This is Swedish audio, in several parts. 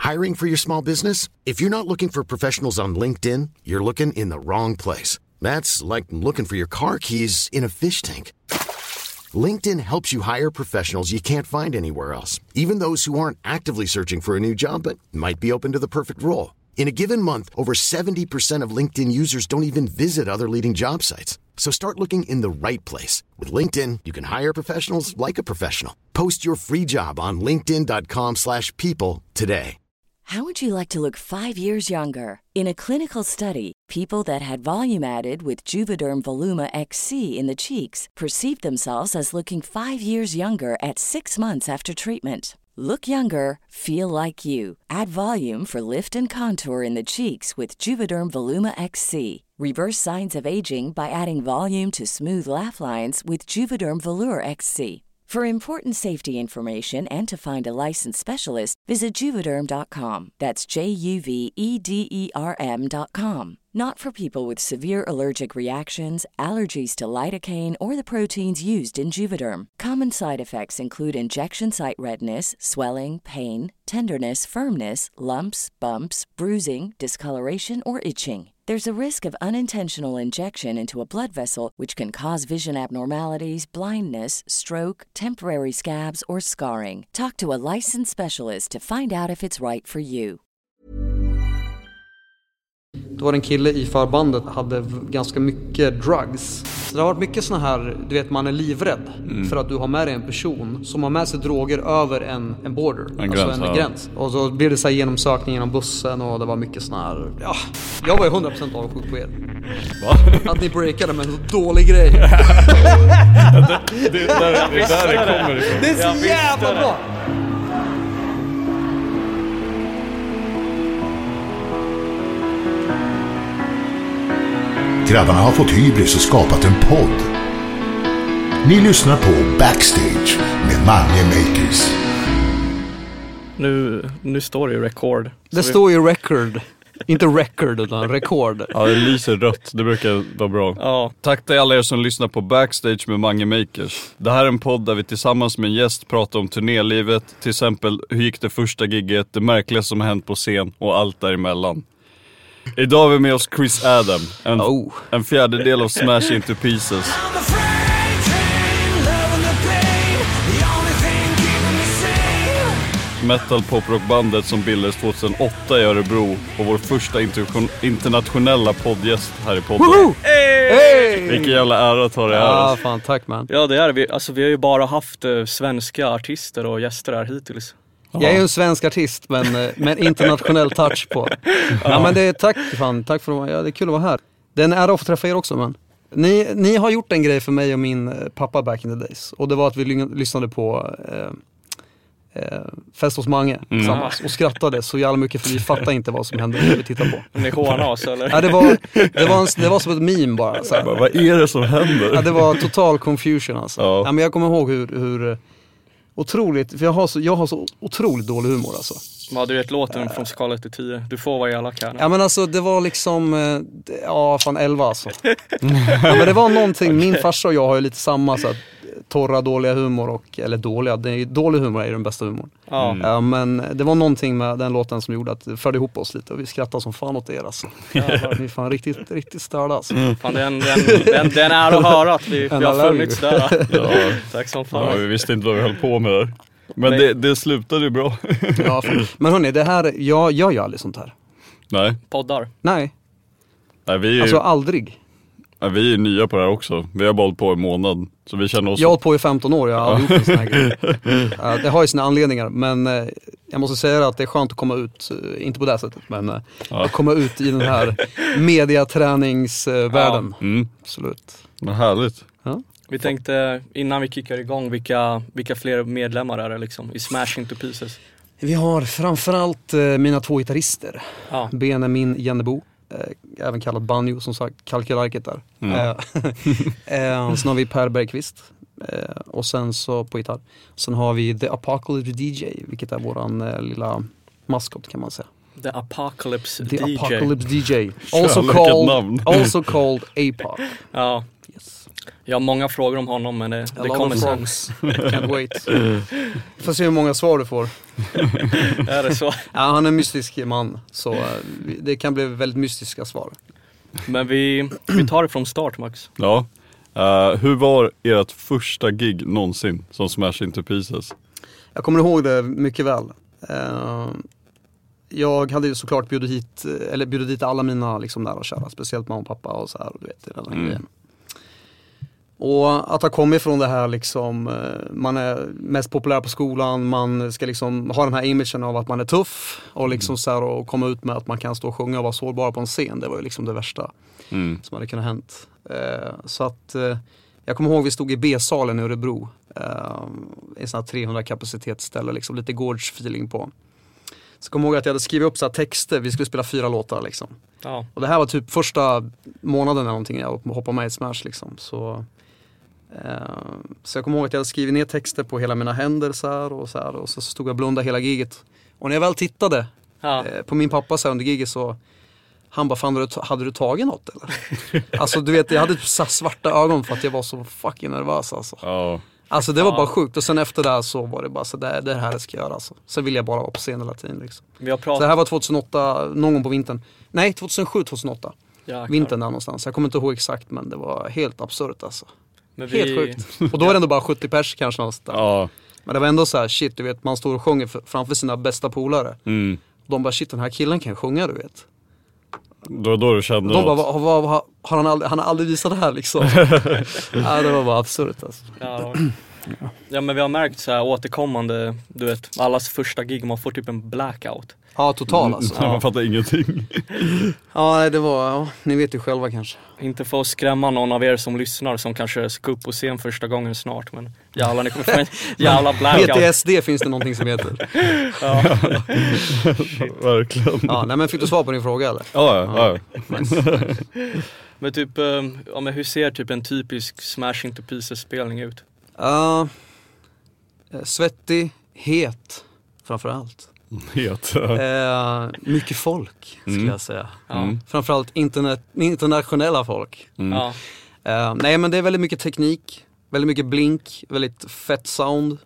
Hiring for your small business? If you're not looking for professionals on LinkedIn, you're looking in the wrong place. That's like looking for your car keys in a fish tank. LinkedIn helps you hire professionals you can't find anywhere else, even those who aren't actively searching for a new job but might be open to the perfect role. In a given month, over 70% of LinkedIn users don't even visit other leading job sites. So start looking in the right place. With LinkedIn, you can hire professionals like a professional. Post your free job on linkedin.com/people today. How would you like to look 5 years younger? In a clinical study, people that had volume added with Juvederm Voluma XC in the cheeks perceived themselves as looking 5 years younger at 6 months after treatment. Look younger, feel like you. Add volume for lift and contour in the cheeks with Juvederm Voluma XC. Reverse signs of aging by adding volume to smooth laugh lines with Juvederm Volure XC. For important safety information and to find a licensed specialist, visit Juvederm.com. That's JUVEDERM.com. Not for people with severe allergic reactions, allergies to lidocaine, or the proteins used in Juvederm. Common side effects include injection site redness, swelling, pain, tenderness, firmness, lumps, bumps, bruising, discoloration, or itching. There's a risk of unintentional injection into a blood vessel, which can cause vision abnormalities, blindness, stroke, temporary scabs, or scarring. Talk to a licensed specialist to find out if it's right for you. Det var en kille i förbandet hade ganska mycket drugs. Så det har varit mycket såna här, du vet, man är livrädd för att du har med dig en person som har med sig droger över en border, en gräns. Och så blev det så här genomsökning genom bussen och det var mycket såna här, ja, jag var ju 100% avundsjuk på er. Va? Att ni breakade med en så dålig grej. det kommer ifrån. Det är så jävla bra. Grabbarna har fått hybris och skapat en podd. Ni lyssnar på Backstage med Mange Makers. Nu står det ju record. Det står ju record. Inte record utan rekord. Ja, det lyser rött. Det brukar vara bra. Ja. Tack till alla er som lyssnar på Backstage med Mange Makers. Det här är en podd där vi tillsammans med en gäst pratar om turnélivet. Till exempel, hur gick det första gigget, det märkliga som har hänt på scen och allt däremellan. Idag har vi med oss Chris Adam, en fjärdedel av Smash Into Pieces. Metal pop-rockbandet som bildades 2008 i Örebro och vår första internationella poddgäst här i podden. Hey! Vilken jävla ära att ha det här. Ja, fan, tack man. Ja, det är vi. Alltså, vi har ju bara haft svenska artister och gäster här hittills. Jag är ju en svensk artist med internationell touch på. Ja, men det är tack för att det är kul att vara här. Det är en ära att få träffa er också, men ni har gjort en grej för mig och min pappa back in the days. Och det var att vi lyssnade på Fest hos Mange tillsammans och skrattade så jävla mycket för vi fattade inte vad som hände när vi tittade på. Ni hånar oss, eller? Ja, det var som ett meme bara. Så här. Vad är det som händer? Ja, det var total confusion alltså. Ja, men jag kommer ihåg hur otroligt, för jag har så otroligt dålig humor alltså. Ja, du vet låten från skalet till 10. Du får vara elak här. Ja, men alltså det var liksom 11 alltså. Ja, men det var någonting, min farsa och jag har ju lite samma så att torra, dåliga humor dålig humor är ju den bästa humorn. Ja, men det var någonting med den låten som gjorde att det förde ihop oss lite och vi skrattade som fan åt er alltså. Vi är fan riktigt störda alltså. Fan, den är att höra att vi har funnits där. Ja. Tack som fan. Ja, vi visste inte vad vi höll på med där. Men det slutade ju bra. Ja, men hörni, det här, jag gör ju aldrig sånt här. Nej. Poddar? Nej, vi är alltså aldrig. Vi är nya på det här också. Vi har bara hållit på en månad. Så vi känner oss... Jag har hållit på i 15 år, jag har aldrig gjort en sån här grej. Det har ju sina anledningar, men jag måste säga att det är skönt att komma ut, inte på det sättet, men att komma ut i den här mediaträningsvärlden. Absolut. Men härligt. Ja. Vi tänkte, innan vi kickar igång, vilka fler medlemmar är det liksom i Smash Into Pieces? Vi har framförallt mina 2 gitarrister. Benjamin Jennebo, även kallad Banjo, som sagt, kalkylarket där. Sen har vi Per Bergqvist, och sen så på gitarr. Sen har vi The Apocalypse DJ, vilket är våran lilla maskot kan man säga. The Apocalypse The DJ. Apocalypse DJ. Also called APOC. Ja. Yes. Jag har många frågor om honom, men det kommer sen. Can't wait. Får se hur många svar du får. Är det så? Ja, han är en mystisk man, så det kan bli väldigt mystiska svar. Men vi tar det från start, Max. Ja. Hur var ert första gig någonsin som Smash Into Pieces? Jag kommer ihåg det mycket väl. Jag hade ju såklart bjudit dit alla mina liksom nära och kära, speciellt mamma och pappa och så här, och du vet, den här grejen. Och att ha kommit från det här liksom, man är mest populär på skolan, man ska liksom ha den här imagen av att man är tuff och liksom så här, och komma ut med att man kan stå och sjunga och vara sårbar på en scen, det var ju liksom det värsta som hade kunnat hänt. Så att jag kommer ihåg vi stod i B-salen i Örebro, i sån här 300 kapacitetsställe, liksom lite gårdsfeeling på. Så kommer jag ihåg att jag hade skrivit upp så här texter, vi skulle spela 4 låtar liksom. Ja. Och det här var typ första månaden eller någonting jag hoppade med i Smash liksom. Så jag kommer ihåg att jag hade skrivit ner texter på hela mina händer och så stod jag och blundade hela giget. Och när jag väl tittade på min pappa så under giget, så han bara, fan, hade du tagit något eller? Alltså du vet, jag hade så svarta ögon för att jag var så fucking nervös alltså. Alltså det var bara sjukt. Och sen efter det så var det bara så det här jag ska göra alltså. Sen ville jag bara vara på scen hela tiden liksom. Så det här var 2008, någon gång på vintern. Nej, 2007-2008. Vintern där någonstans. Jag kommer inte ihåg exakt, men det var helt absurt alltså. Helt sjukt. Och då är det ändå bara 70 pers kanske någonstans. Ja. Men det var ändå så här, shit, du vet, man står och sjunger framför sina bästa polare. De bara, shit, den här killen kan sjunga, du vet. Då du kände de bara, han har aldrig visat det här liksom. Ja, det var bara absurt alltså. Ja, men vi har märkt så här återkommande, du vet, allas första gig, man får typ en blackout. Ja, total alltså. Man fattar ingenting. Ja, det var, ni vet ju själva kanske. Inte för att skrämma någon av er som lyssnar som kanske ska upp och se en första gången snart, men jävlar, ni kommer få en jävla blackout. PTSD finns det någonting som heter. Ja. Verkligen. Ja, nej, men fick du svar på din fråga eller? Ja. Nice. Men typ, men hur ser typ en typisk Smash Into Pieces spelning ut? Svettig, het framförallt. Mycket folk skulle jag säga. Framförallt internationella folk. Nej, men det är väldigt mycket teknik, väldigt mycket blink, väldigt fett sound,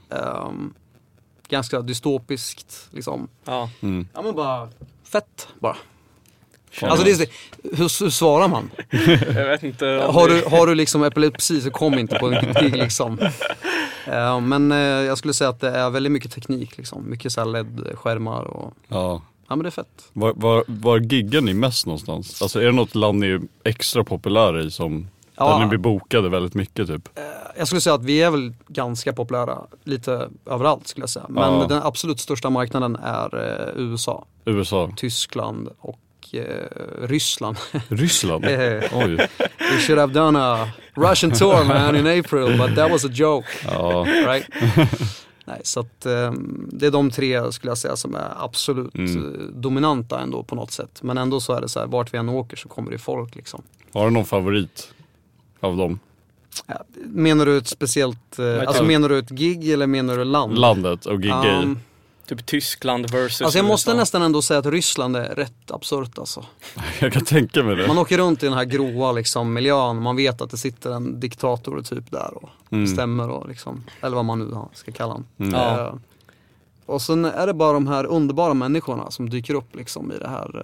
ganska dystopiskt liksom. Ja, men bara fett bara. Alltså hur svarar man? Jag vet inte. Har du liksom epilepsi så kom inte på en gig liksom. Men jag skulle säga att det är väldigt mycket teknik liksom. Mycket så här LED-skärmar och... Ja, men det är fett. Var giggar ni mest någonstans? Alltså är det något land ni är extra populära i som... Där ni blir bokade väldigt mycket typ? Jag skulle säga att vi är väl ganska populära lite överallt skulle jag säga. Men den absolut största marknaden är USA. Tyskland och Ryssland. Ryssland? Oj. We should have done a Russian tour man in April, but that was a joke. Right? Nej, så att det är de 3 skulle jag säga som är absolut dominanta ändå på något sätt. Men ändå så är det så här, vart vi än åker så kommer det folk liksom. Har du någon favorit av dem? Ja, menar du ett speciellt, alltså menar du ett gig eller menar du land? Landet och gig typ Tyskland versus alltså jag måste USA. Nästan ändå säga att Ryssland är rätt absurt alltså. Jag kan tänka mig det. Man åker runt i den här gråa liksom miljön, man vet att det sitter en diktator typ där och bestämmer och liksom, eller vad man nu ska kalla den. Och sen är det bara de här underbara människorna som dyker upp liksom i det här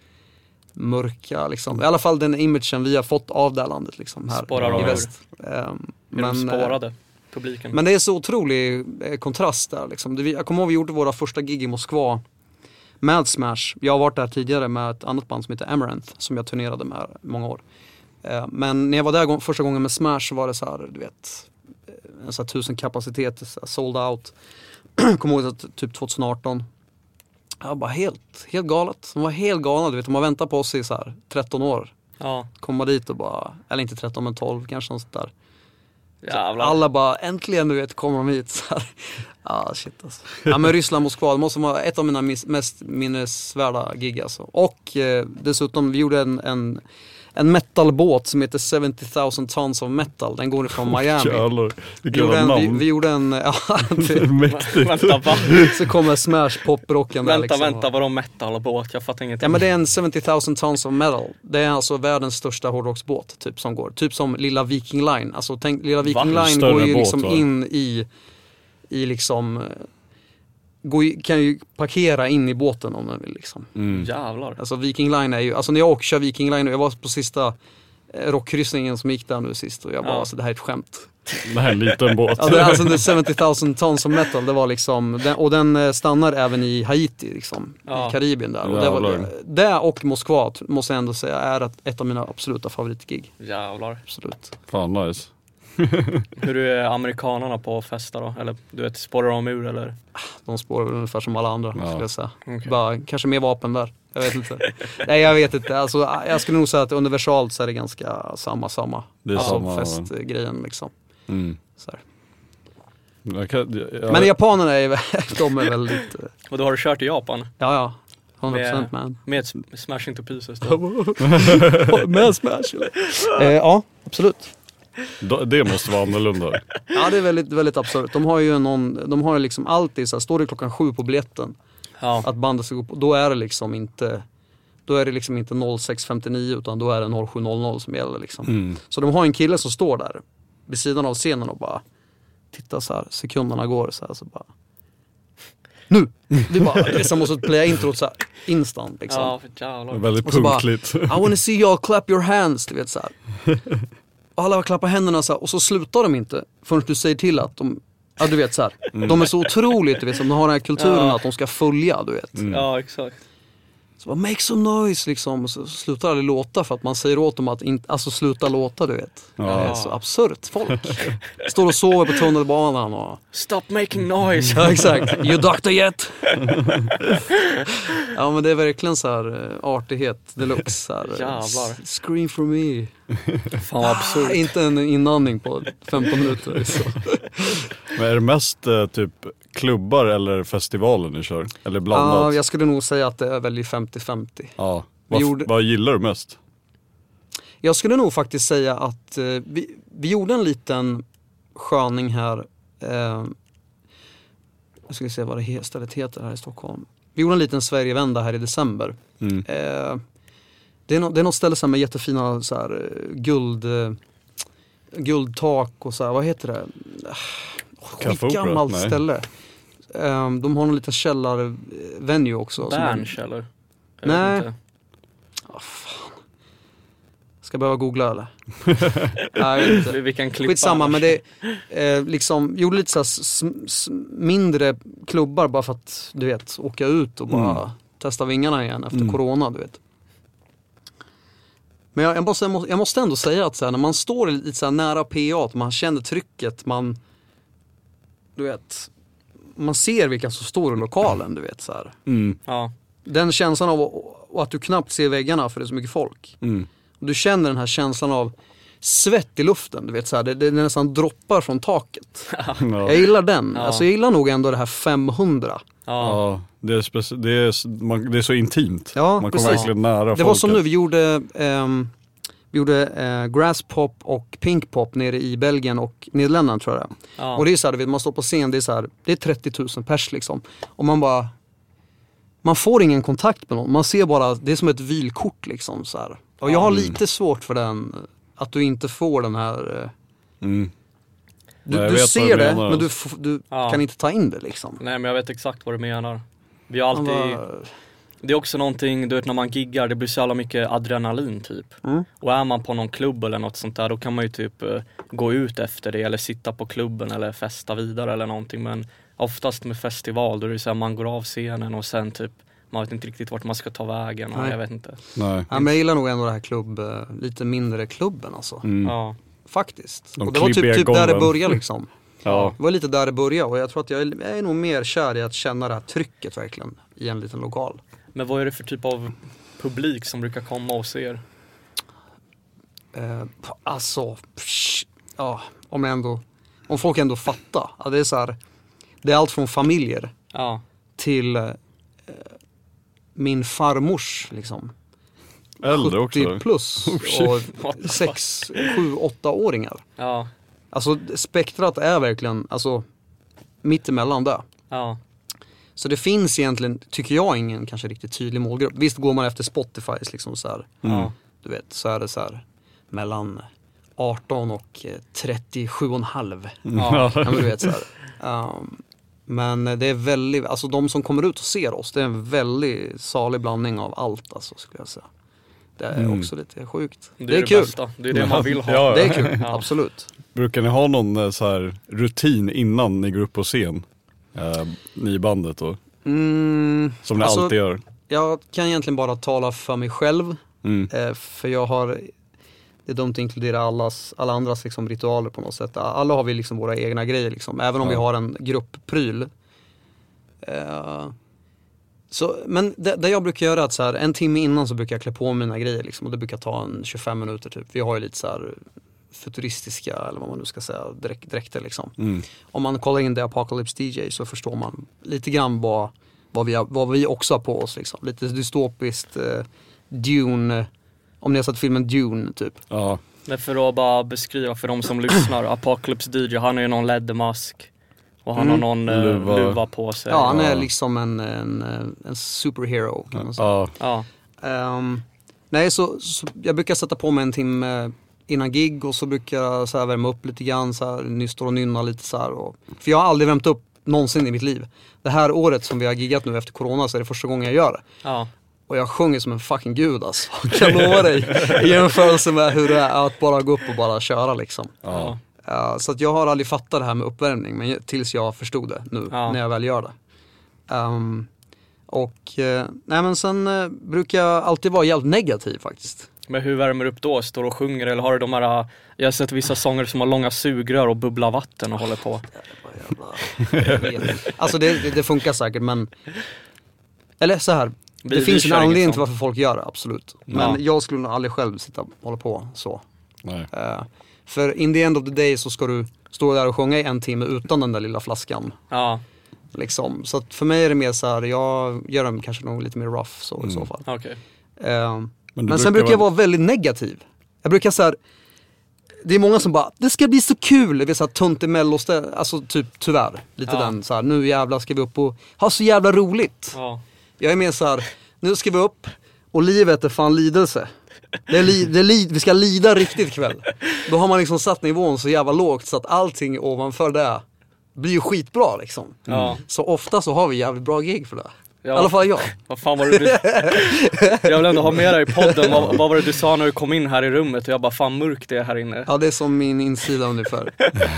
mörka liksom. I alla fall den imagen vi har fått av det här landet liksom här i väst. Men spårade publiken. Men det är så otrolig kontrast där liksom. Jag kommer ihåg vi gjorde våra första gig i Moskva med Smash. Jag har varit där tidigare med ett annat band som heter Amaranth som jag turnerade med många år. Men när jag var där första gången med Smash så var det så här, du vet, en så här 1000 kapacitet, sold out. Kommer ihåg att typ 2018. Jag var bara helt galet. De var helt galna, du vet. De har väntat på oss i så här 13 år. Ja. Komma dit och bara, eller inte 13 men 12 kanske något där. Alla bara, äntligen du vet, kommer de hit så här. Shit alltså. Ja, men Ryssland, Moskva, det måste vara ett av mina mest minnesvärda gig alltså. Och dessutom, vi gjorde en en metalbåt som heter 70,000 Tons of Metal. Den går från Miami. Vi gjorde en Vänta, va? så kommer Smash Pop-rocken där liksom. Vänta, vadå metalbåt? Jag fattar ingenting. Ja, men det är en 70,000 Tons of Metal. Det är alltså världens största hårdrocksbåt typ som går. Typ som Lilla Viking Line. Alltså tänk, Lilla Viking Line går ju liksom båt, in i liksom kan ju parkera in i båten om den vill liksom. Jävlar. Alltså Viking Line är ju, alltså när jag kör Viking Line, jag var på sista rockkryssningen som gick där nu sist och jag bara, alltså det här är ett skämt. Det här är en liten båt. Ja, det är alltså det 70,000 Tons of Metal, det var liksom, och den stannar även i Haiti liksom, i Karibien där. Och det och Moskva måste jag ändå säga är ett av mina absoluta favoritgig. Jävlar. Absolut. Fan nice. Hur är amerikanerna på att festa då? Eller du vet, spårar de ur eller? De spårar ungefär som alla andra skulle jag säga. Okay. Bara, kanske mer vapen där. Jag vet inte. Nej, jag vet inte. Alltså, jag skulle nog säga att universalt så är det ganska samma. Det är samma festgrejen liksom. Så här. Men japanerna de är väldigt... Och då har du kört i Japan? Ja. 100% man. Med Smash Into Pieces då? Med Smash ja, absolut. Det måste vara annorlunda. Ja, det är väldigt, väldigt absurt. De har liksom alltid så här, står det 7:00 på biljetten att bandet ska gå på, då är det liksom inte 06:59 utan då är det 07:00 som gäller liksom. Så de har en kille som står där vid sidan av scenen och bara tittar så här, sekunderna går så här, så bara nu! Vi bara liksom måste playa introt så här instant liksom. Ja, för jävlar. Väldigt punktligt. I wanna see y'all clap your hands, du vet så här. Och alla klappar händerna så här, och så slutar de inte förrän du säger till att de, ja du vet så här. De är så otroligt, du vet, som de har den här kulturen att de ska följa, du vet. Ja, exakt. Så bara, make some noise liksom, och så slutar aldrig låta för att man säger åt dem att alltså sluta låta, du vet. Det är så absurt folk. Står och sover på tunnelbanan och stop making noise. Ja, exakt. You doctor yet? Ja, men det är verkligen så här artighet deluxe så här. Jävlar. Scream for me. Fan vad absurt. Inte en inandning på 15 minuter så. Men är det mest typ klubbar eller festivaler ni kör? Eller blandat? Ja, jag skulle nog säga att det är väl 50-50. Ja. Vad gillar du mest? Jag skulle nog faktiskt säga att vi gjorde en liten sköning här. Jag ska se vad det stället heter här i Stockholm. Vi gjorde en liten Sverigevända här i december. Det är något ställe som med jättefina så här, guldtak och så här, vad heter det? Skitgammalt ställe. De har en liten källarvenue också. Berns eller? Nej. Fan. Ska jag behöva googla eller? Nej, vi kan klippa. Skitsamma, men det liksom gjorde lite så här mindre klubbar bara för att du vet åka ut och bara testa vingarna igen efter corona, du vet. Men jag måste ändå säga att så här, när man står lite så här nära PA, att man känner trycket, du vet, man ser vilka som står i lokalen, du vet så här. Ja. Den känslan av att du knappt ser väggarna för det är så mycket folk. Du känner den här känslan av svett i luften, du vet så här, det nästan droppar från taket. Jag gillar den. Alltså jag gillar nog ändå det här 500. Ja, det är så intimt. Ja, man kommer verkligen nära folket. Det var som nu, vi gjorde Grasspop och Pinkpop nere i Belgien och Nederländerna, tror jag. Ja. Och det är så här, man står på scen, det är så här, det är 30 000 pers liksom. Och man får ingen kontakt med någon. Man ser bara, det är som ett vylkort liksom så här. Och jag har lite svårt för den, att du inte får den här du ser det, men du kan inte ta in det liksom. Nej, men jag vet exakt vad du menar. Vi har alltid det är också någonting, du vet, när man giggar, det blir så jävla mycket adrenalin typ. Och är man på någon klubb eller något sånt där, då kan man ju typ gå ut efter det eller sitta på klubben eller festa vidare eller någonting. Men oftast med festival, då är det så här, man går av scenen och sen typ man vet inte riktigt vart man ska ta vägen. Och jag vet inte. Nej. Ja, men jag gillar nog ändå det här lite mindre klubben alltså. Ja. Faktiskt. Och det var typ där det började liksom. Ja. Det var lite där det började, och jag tror att jag är nog mer kär i att känna det här trycket verkligen i en liten lokal. Men vad är det för typ av publik som brukar komma och se er? Om folk ändå fattar. Ja, det är så här, det är allt från familjer till min farmors liksom äldre 70 också. plus och 6, 7, 8-åringar. Ja. Alltså spektrat är verkligen alltså mittemellan där. Ja. Så det finns egentligen, tycker jag, ingen kanske riktigt tydlig målgrupp. Visst går man efter Spotifys liksom så här. Du vet, så är det så här mellan 18 och 37,5. Ja, men du vet så här. Men det är väldigt, alltså de som kommer ut och ser oss, det är en väldigt salig blandning av allt, alltså, skulle jag säga. Det är också lite sjukt. Det är kul. Bästa. Det är det man vill ha. Det är kul, absolut. Brukar ni ha någon så här rutin innan ni går upp på scen? Ni i bandet då? Som ni alltså, alltid gör? Jag kan egentligen bara tala för mig själv. För jag har, det är dumt att inkludera alla andras liksom ritualer på något sätt. Alla har vi liksom våra egna grejer liksom. Även om vi har en grupppryl. Så, men det jag brukar göra är att så här, en timme innan så brukar jag klä på mina grejer liksom, och det brukar ta en 25 minuter typ. Vi har ju lite så här futuristiska, eller vad man nu ska säga, dräkter liksom. Om man kollar in The Apocalypse DJ så förstår man lite grann vad vi också har på oss liksom. Lite dystopiskt Dune, om ni har sett filmen Dune typ. Ja. Men för att bara beskriva för de som lyssnar, Apocalypse DJ, han har ju någon lädermask. Och han har någon luva på sig. Ja, han är liksom en superhero kan man säga. Nej, så jag brukar sätta på mig en timme innan gig och så brukar jag så här värma upp lite grann, så här, nystor och nynna lite så här. För jag har aldrig värmt upp någonsin i mitt liv. Det här året som vi har giggat nu efter corona så är det första gången jag gör det. Ja. Och jag sjunger som en fucking gud alltså. Jag kan lova dig. I jämförelse med hur det är att bara gå upp och bara köra liksom. Ja. Så att jag har aldrig fattat det här med uppvärmning, men tills jag förstod det nu när jag väl gör det. Nej, men sen brukar jag alltid vara jävligt negativ faktiskt. Men hur värmer du upp då? Står och sjunger eller har du de här, jag har sett vissa sånger som har långa sugrör och bubblar vatten och håller på. Alltså det funkar säkert, men eller så här, det finns en anledning till varför folk gör det, absolut. Men jag skulle nog aldrig själv sitta och hålla på så. Nej. För in the end of the day så ska du stå där och sjunga i en timme utan den där lilla flaskan. Ja. Liksom. Så att för mig är det mer så här, jag gör dem kanske nog lite mer rough så, i så fall. Okay. Men sen brukar jag vara väldigt negativ. Jag brukar så här, det är många som bara, det ska bli så kul. Det är så här tunt i melloste, alltså typ tyvärr. Lite den så här, nu jävlar ska vi upp och ha så jävla roligt. Ja. Jag är mer så här, nu ska vi upp och livet är fan lidelse. Vi ska lida riktigt kväll. Då har man liksom satt nivån så jävla lågt så att allting ovanför det blir ju skitbra liksom. Så ofta så har vi jävligt bra gig för det. I alla fall jag. Vad fan var det du... Jag vill ändå ha med dig i podden. Vad var det du sa när du kom in här i rummet? Och jag bara, fan mörkt det är här inne. Ja, det är som min insida ungefär.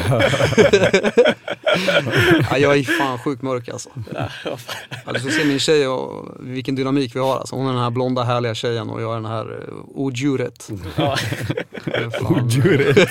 Ja, jag är fan sjukt mörk alltså. Du ska se min tjej och vilken dynamik vi har alltså. Hon är den här blonda härliga tjejen och jag är den här odjuret. Odjuret.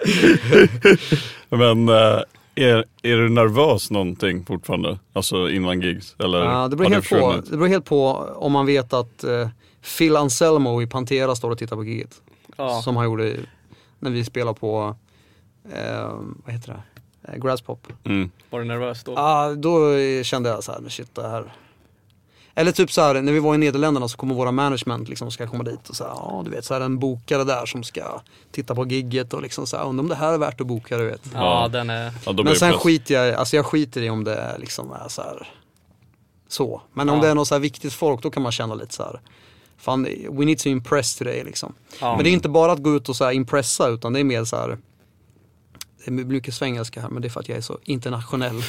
Men är du nervös någonting fortfarande? Alltså innan gigs? Eller det beror helt på om man vet att Phil Anselmo i Pantera står och tittar på giget. Som han gjorde när vi spelade på vad heter det? Grasspop. Var du nervös då? Då kände jag så här, shit det här. Eller typ så här, när vi var i Nederländerna så kommer våra management liksom ska komma dit och så här, du vet så här en bokare där som ska titta på gigget och liksom så här, om det här är värt att boka, du vet. Ja, den är. Men sen jag skiter i om det liksom är så här så. Men om det är något så här viktigt folk, då kan man känna lite så här, fan, we need to impress today liksom. Men det är inte bara att gå ut och så här impressa, utan det är mer så här, det är mycket svengelska här, men det är för att jag är så internationell.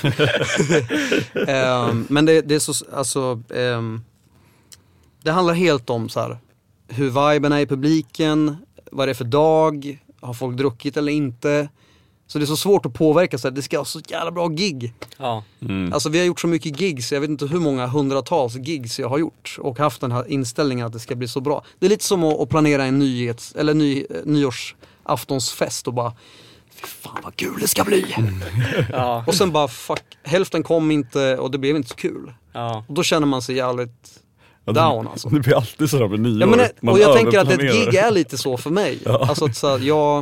Men det är så, alltså, det handlar helt om så här, hur viben är i publiken, vad det är för dag, har folk druckit eller inte. Så det är så svårt att påverka, så här, det ska ha så jävla bra gig. Alltså vi har gjort så mycket gigs, jag vet inte hur många hundratals gigs jag har gjort och haft den här inställningen att det ska bli så bra. Det är lite som att planera en nyårsaftonsfest och bara, fan vad kul det ska bli. Och sen bara fuck, hälften kom inte och det blev inte så kul. Och då känner man sig jävligt down alltså. Det blir alltid sådär med nyår. Och jag tänker att ett gig är lite så för mig. Alltså att så jag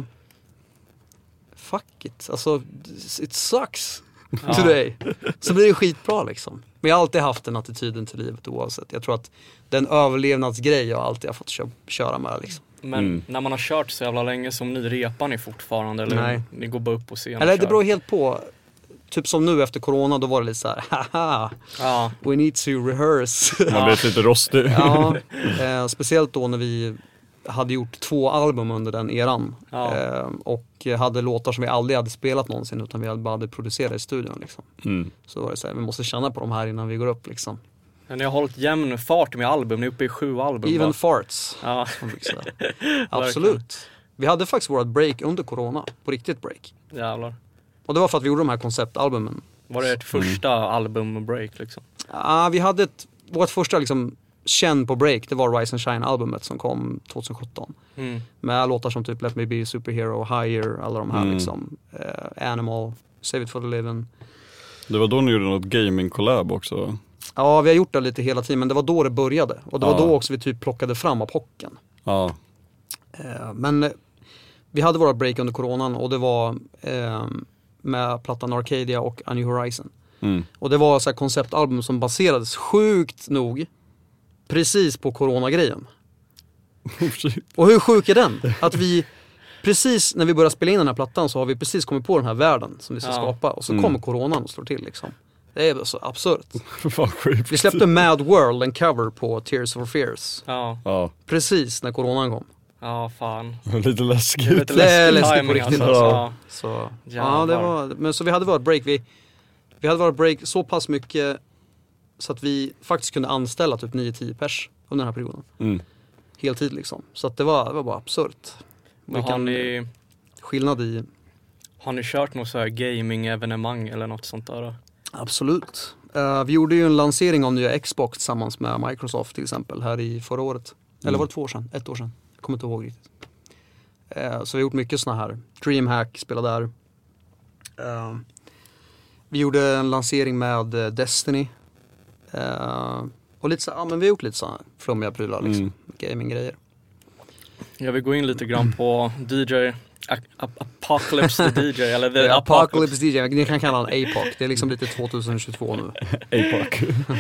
fuck it, alltså it sucks today. Så blir det skitbra liksom. Men jag har alltid haft den attityden till livet oavsett. Jag tror att den överlevnadsgrej jag alltid har fått köra med liksom. Men när man har kört så jävla länge som ni, repar ni fortfarande? Eller Nej. Ni går bara upp på scen? Eller det beror helt på. Typ som nu efter corona, då var det lite så här, haha, we need to rehearse. Man blir lite rostig. Ja, speciellt då när vi hade gjort 2 album under den eran. Och hade låtar som vi aldrig hade spelat någonsin, utan vi bara hade producerat i studion liksom. Så var det så här, vi måste känna på de här innan vi går upp liksom. Men ni har hållit jämn fart med album, ni är uppe i 7 album. Even farts. Ja. Absolut. Vi hade faktiskt vårt break under corona, på riktigt break. Jävlar. Och det var för att vi gjorde de här konceptalbumen. Var det ert första album-break liksom? Ja, vi hade vårt första liksom känn på break, det var Rise and Shine-albumet som kom 2017. Med låtar som typ Let Me Be Superhero, Higher, alla de här liksom. Animal, Save It For The Living. Det var då ni gjorde något gaming-collab också? Ja, vi har gjort det lite hela tiden, men det var då det började. Och det var då också vi typ plockade fram Apocken. Ja. Men vi hade våra break under coronan och det var med plattan Arcadia och A New Horizon. Och det var så här konceptalbum som baserades sjukt nog precis på coronagrejen. Och hur sjuk är den? Att vi precis när vi började spela in den här plattan så har vi precis kommit på den här världen som vi ska skapa. Och så kommer coronan och slår till liksom. Det är så absurt. Vi släppte Mad World, en cover på Tears for Fears. Precis när coronan kom. Ja, fan. Lite läskigt. Det är läskigt på riktigt alltså. Så ja, det var, men så vi hade vårt break. Vi hade vårt break så pass mycket så att vi faktiskt kunde anställa typ 9-10 pers under den här perioden. Heltid liksom. Så att det var bara absurt. Skillnad i... Har ni kört något så här gaming-evenemang eller något sånt där då? Absolut. Vi gjorde ju en lansering av nya Xbox tillsammans med Microsoft till exempel här i förra året. Eller var det 2 år sedan? 1 år sedan. Jag kommer inte ihåg riktigt. Så vi har gjort mycket såna här. DreamHack spelade där. Vi gjorde en lansering med Destiny. Och lite så, men vi har gjort lite såna flummiga prylar liksom. Gaming-grejer. Jag vill gå in lite grann på DJ Apocalypse the DJ eller The Apocalypse DJ, ni kan kalla han APOC. Det är liksom lite 2022 nu. APOC.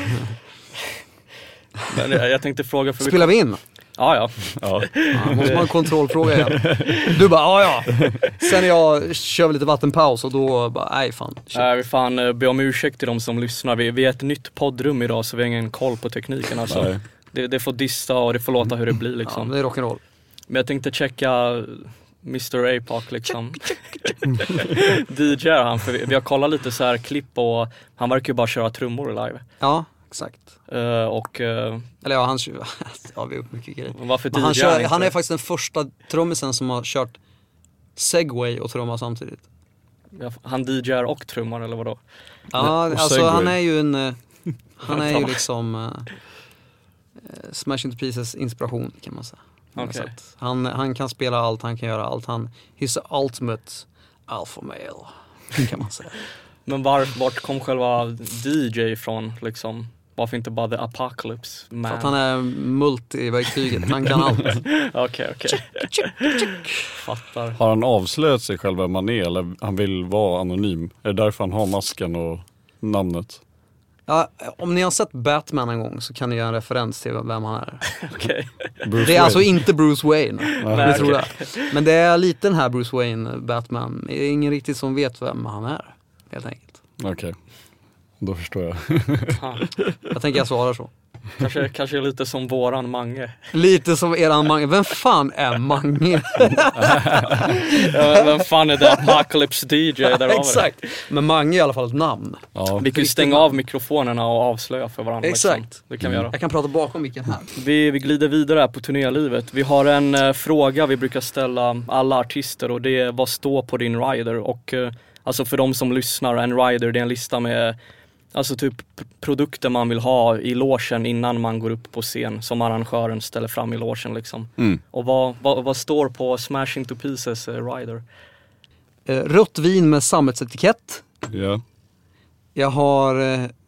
Men jag tänkte fråga för spelar vi in? Ja. Måste man ha en kontrollfråga igen. Du bara, ja. Sen jag kör lite vattenpaus och då bara, nej fan. Vi fan be om ursäkt till de som lyssnar. Vi är ett nytt poddrum idag så vi har ingen koll på tekniken alltså. Det får dista och det får låta hur det blir liksom. Ja, det är rock'n'roll. Men jag tänkte checka Mr. APOC liksom. DJ han, för vi har kollat lite så här klipp och han verkar ju bara köra trummor live. Ja, exakt. Eller ja, han kör, ja, vi har gjort mycket grejer. Varför han är faktiskt den första trummisen som har kört segway och trummar samtidigt. Ja, han DJ:ar och trummar eller vadå? Ja, alltså segway. Han är ju han är ju liksom Smash Into Pieces inspiration kan man säga. Okay. Han kan spela allt, han kan göra allt. He's the ultimate alpha male kan man säga. Men vart kom själva DJ ifrån liksom? Varför inte bara The Apocalypse Man? För att han är multiverktyget, han kan allt. Okej. Fattar. Har han avslöjat sig själv vem man är eller han vill vara anonym? Är det därför han har masken och namnet? Ja, om ni har sett Batman en gång så kan ni göra en referens till vem han är. Okej. Det är alltså inte Bruce Wayne. Nej, tror det. Men det är lite den här Bruce Wayne, Batman. Det är ingen riktigt som vet vem han är, helt enkelt. Okej. Då förstår jag. Jag tänker jag svarar så. Kanske lite som våran Mange. Lite som eran Mange. Vem fan är Mange? Vem fan är det? Apocalypse DJ där? Exakt. Men Mange är i alla fall ett namn. Ja. Vi kan ju stänga av mikrofonerna och avslöja för varandra. Exakt. Liksom. Det kan vi göra. Jag kan prata bakom micken här. Vi glider vidare här på turnélivet. Vi har en fråga vi brukar ställa alla artister och det är vad står på din rider? Och alltså för de som lyssnar, en rider det är en lista med alltså typ produkter man vill ha i logen innan man går upp på scen som arrangören ställer fram i logen liksom. Och vad står på Smash Into Pieces rider? Rött vin med sammetsetikett. Ja. Jag har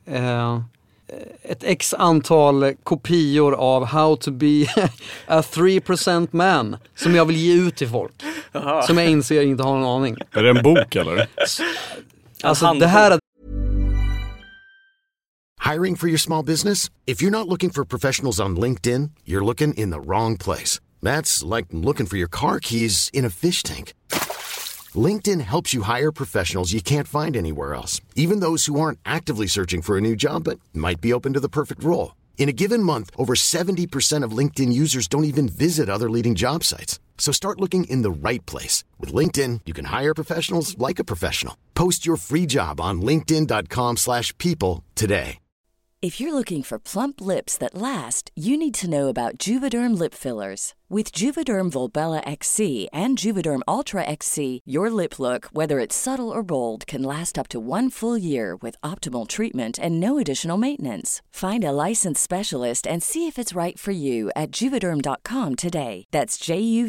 ett x antal kopior av How to be a 3% man som jag vill ge ut till folk. Aha. Som jag inser inte har någon aning. Är det en bok eller? Alltså det här är Hiring for your small business? If you're not looking for professionals on LinkedIn, you're looking in the wrong place. That's like looking for your car keys in a fish tank. LinkedIn helps you hire professionals you can't find anywhere else, even those who aren't actively searching for a new job but might be open to the perfect role. In a given month, over 70% of LinkedIn users don't even visit other leading job sites. So start looking in the right place. With LinkedIn, you can hire professionals like a professional. Post your free job on linkedin.com/people today. If you're looking for plump lips that last, you need to know about Juvederm lip fillers. With Juvederm Volbella XC and Juvederm Ultra XC, your lip look, whether it's subtle or bold, can last up to 1 full year with optimal treatment and no additional maintenance. Find a licensed specialist and see if it's right for you at Juvederm.com today. That's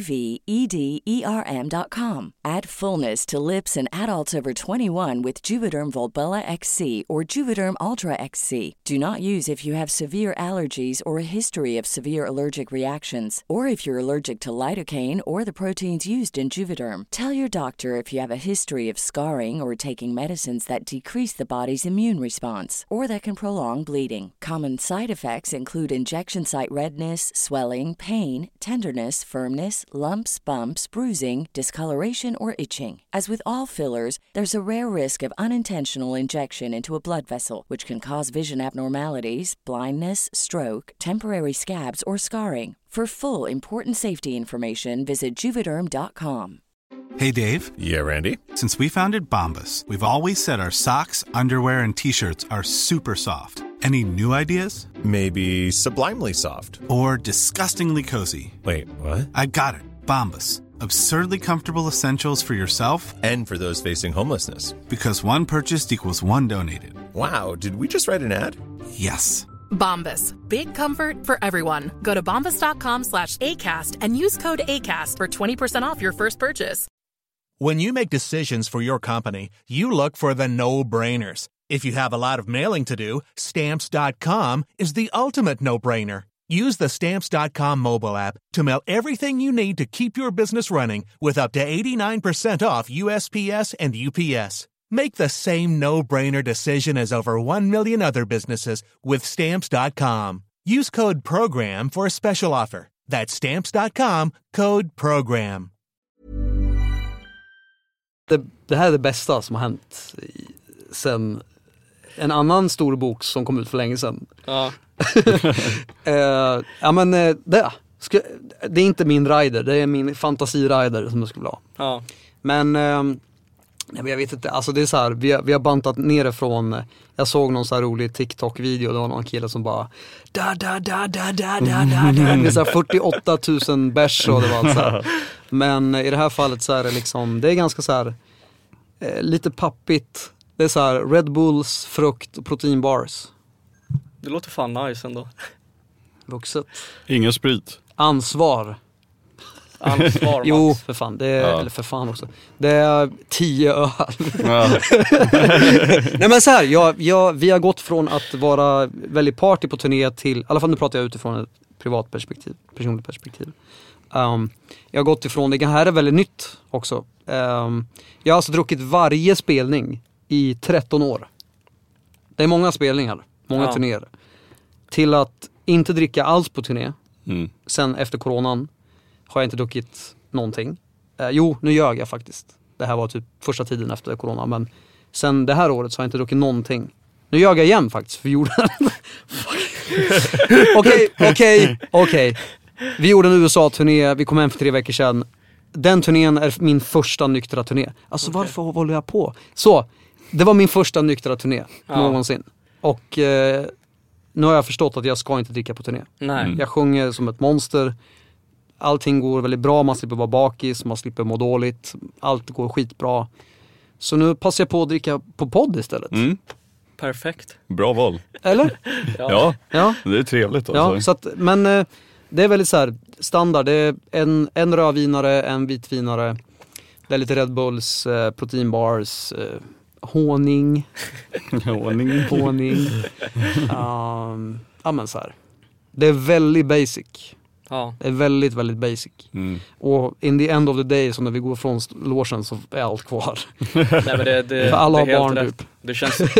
JUVEDERM.com. Add fullness to lips in adults over 21 with Juvederm Volbella XC or Juvederm Ultra XC. Do not use if you have severe allergies or a history of severe allergic reactions, or if you're allergic to lidocaine or the proteins used in Juvederm. Tell your doctor if you have a history of scarring or taking medicines that decrease the body's immune response or that can prolong bleeding. Common side effects include injection site redness, swelling, pain, tenderness, firmness, lumps, bumps, bruising, discoloration, or itching. As with all fillers, there's a rare risk of unintentional injection into a blood vessel, which can cause vision abnormalities, blindness, stroke, temporary scabs, or scarring. For full important safety information, visit Juvederm.com. Hey, Dave. Yeah, Randy. Since we founded Bombas, we've always said our socks, underwear, and T-shirts are super soft. Any new ideas? Maybe sublimely soft. Or disgustingly cozy. Wait, what? I got it. Bombas. Absurdly comfortable essentials for yourself and for those facing homelessness. Because one purchased equals one donated. Wow, did we just write an ad? Yes. Bombas. Big comfort for everyone. Go to bombas.com/ACAST and use code ACAST for 20% off your first purchase. When you make decisions for your company, you look for the no-brainers. If you have a lot of mailing to do, Stamps.com is the ultimate no-brainer. Use the Stamps.com mobile app to mail everything you need to keep your business running with up to 89% off USPS and UPS. Make the same no-brainer decision as over 1 million other businesses with Stamps.com. Use code PROGRAM for a special offer. That's Stamps.com, code PROGRAM. Det här är det bästa som har hänt sen en annan stor bok som kom ut för länge sedan. Ja. Det är inte min rider, det är min fantasirider som jag skulle ha. Ja. Men jag vet inte, alltså det är så här, vi har bantat ner det från, jag såg någon så här rolig TikTok-video, det var någon kille som bara det är så här 48 000 bärs och det var allt så här. Men i det här fallet så är det liksom, det är ganska så här lite pappigt. Det är så här Red Bulls, frukt och proteinbars. Det låter fan nice ändå. Vuxet. Ingen sprit. Ansvar, jo, för fan. Det är, eller för fan också. Det är 10 öl. Ja. Nej men så här, vi har gått från att vara väldigt party på turné till, i alla fall nu pratar jag utifrån ett privat perspektiv, personligt perspektiv. Jag har gått ifrån, det här är väldigt nytt också. Jag har alltså druckit varje spelning i 13 år. Det är många spelningar, många turnéer. Till att inte dricka alls på turné. Sen efter coronan har jag inte druckit någonting. Jo, nu ljög jag faktiskt. Det här var typ första tiden efter corona. Men sen det här året så har jag inte druckit någonting. Nu ljög jag igen faktiskt för jorden. Okej. Vi gjorde en USA-turné. Vi kom hem för 3 veckor sedan. Den turnén är min första nyktra turné. Alltså varför håller jag på? Så, det var min första nyktra turné någonsin. Och nu har jag förstått att jag ska inte dricka på turné. Nej. Jag sjunger som ett monster. Allting går väldigt bra, man slipper vara bakis, man slipper må dåligt. Allt går skitbra. Så nu passar jag på att dricka på podd istället. Perfekt. Bra val. Eller? Ja, det är trevligt alltså. Ja, så att, men det är väldigt så här standard. Det är en rödvinare, en vitvinare. Det är lite Red Bulls, proteinbars, honung. Ja men så här. Det är väldigt basic. Ja. Det är väldigt, väldigt basic. Och in the end of the day, så när vi går från logen så är allt kvar. Nej, men det för alla det har barn typ. Det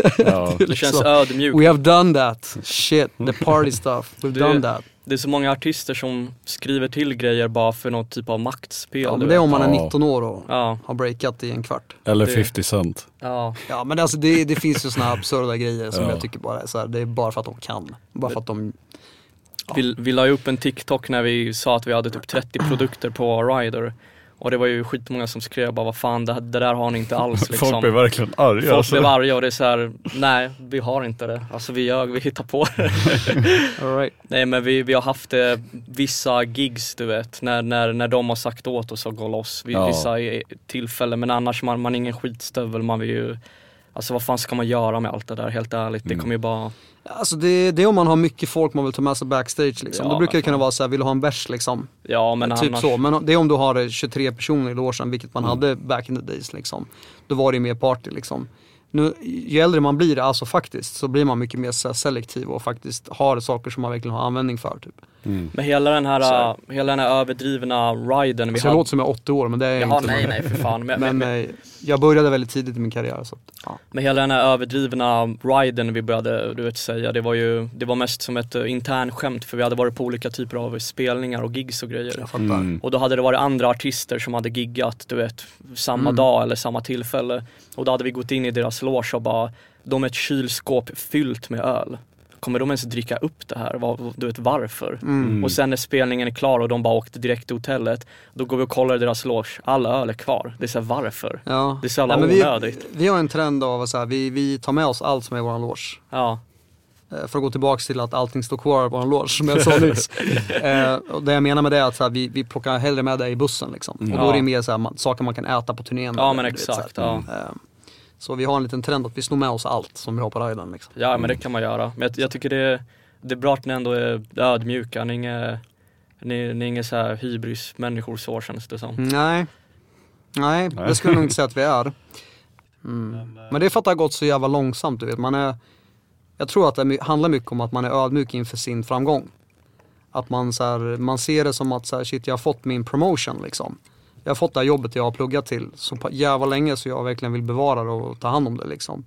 känns ödmjukt. We have done that. Shit, the party stuff. We've done that. Det är så många artister som skriver till grejer bara för något typ av maktspel. Ja, men det är om man är 19 år och har breakat i en kvart. Eller 50 Cent. Ja, men alltså det finns ju såna här absurda grejer som jag tycker bara är så här, det är bara för att de kan. Bara för att de... Vi la ju upp en TikTok när vi sa att vi hade typ 30 produkter på Rider. Och det var ju skitmånga som skrev bara, vad fan, det där har ni inte alls liksom. Folk blev verkligen arga. Folk blev arga och det är så här: nej, vi har inte det. Alltså vi hittar på det. All right. Nej, men vi har haft vissa gigs, du vet, när de har sagt åt oss att gå loss. Vissa tillfällen, men annars man är ingen skitstövel, man vill ju... Alltså vad fan ska man göra med allt det där, helt ärligt? Det kommer ju bara... Alltså det är om man har mycket folk man vill ta med sig backstage liksom. Då brukar det kunna vara så här, vill du ha en bärs liksom? Ja, men typ annars... så, men det är om du har 23 personer i logen, vilket man hade back in the days liksom. Då var det mer party liksom. Nu, ju äldre man blir, alltså faktiskt, så blir man mycket mer så här selektiv och faktiskt har saker som man verkligen har användning för typ. Men hela den här överdrivna riden vi så jag låter som jag är 80 år, men det är inte. Nej, för fan. Men jag började väldigt tidigt i min karriär så att, ja. Men hela den här överdrivna riden vi började, du vet, säga, det var mest som ett intern skämt, för vi hade varit på olika typer av spelningar och gigs och grejer. Och då hade det varit andra artister som hade giggat, du vet, samma dag eller samma tillfälle. Och då hade vi gått in i deras loge och bara, de är ett kylskåp fyllt med öl. Kommer de ens dricka upp det här? Du vet varför? Och sen när spelningen är klar och de bara åkte direkt till hotellet, då går vi och kollar deras loge. Alla öl är kvar. Det är så här, varför? Ja. Det är så onödigt. Vi har en trend av att vi tar med oss allt som är i våran loge. Ja. För att gå tillbaka till att allting står kvar på våran loge, som jag sa nyss. Och det jag menar med det är att så här, vi plockar hellre med det i bussen liksom. Och då är det mer så här, saker man kan äta på turnén. Ja, men exakt. Så vi har en liten trend att vi snor med oss allt som vi har på riden liksom. Ja, men det kan man göra. Men jag tycker det är bra att ni ändå är ödmjuka. Ni är inga så här hybris-människor, så känns det som. Nej, det skulle jag nog inte säga att vi är. Men det är för att det har gått så jävla långsamt, du vet. Jag tror att det handlar mycket om att man är ödmjuk inför sin framgång. Att man ser det som att så här, shit, jag har fått min promotion liksom. Jag har fått det här jobbet jag har pluggat till så jävla länge, så jag verkligen vill bevara det och ta hand om det liksom.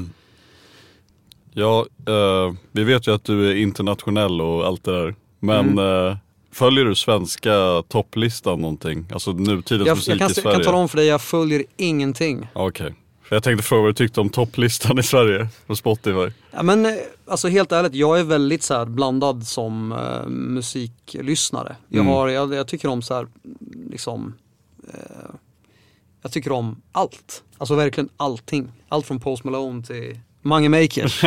Ja, vi vet ju att du är internationell och allt det där. Men följer du svenska topplistan någonting? Alltså nutidens musik i Sverige? Jag kan tala om för dig, jag följer ingenting. Okej. För jag tänkte fråga vad du tyckte om topplistan i Sverige på Spotify. Ja, men alltså helt ärligt, jag är väldigt så här blandad som musiklyssnare. Jag tycker om så här liksom... jag tycker om allt. Alltså verkligen allting. Allt från Post Malone till Mange Makers.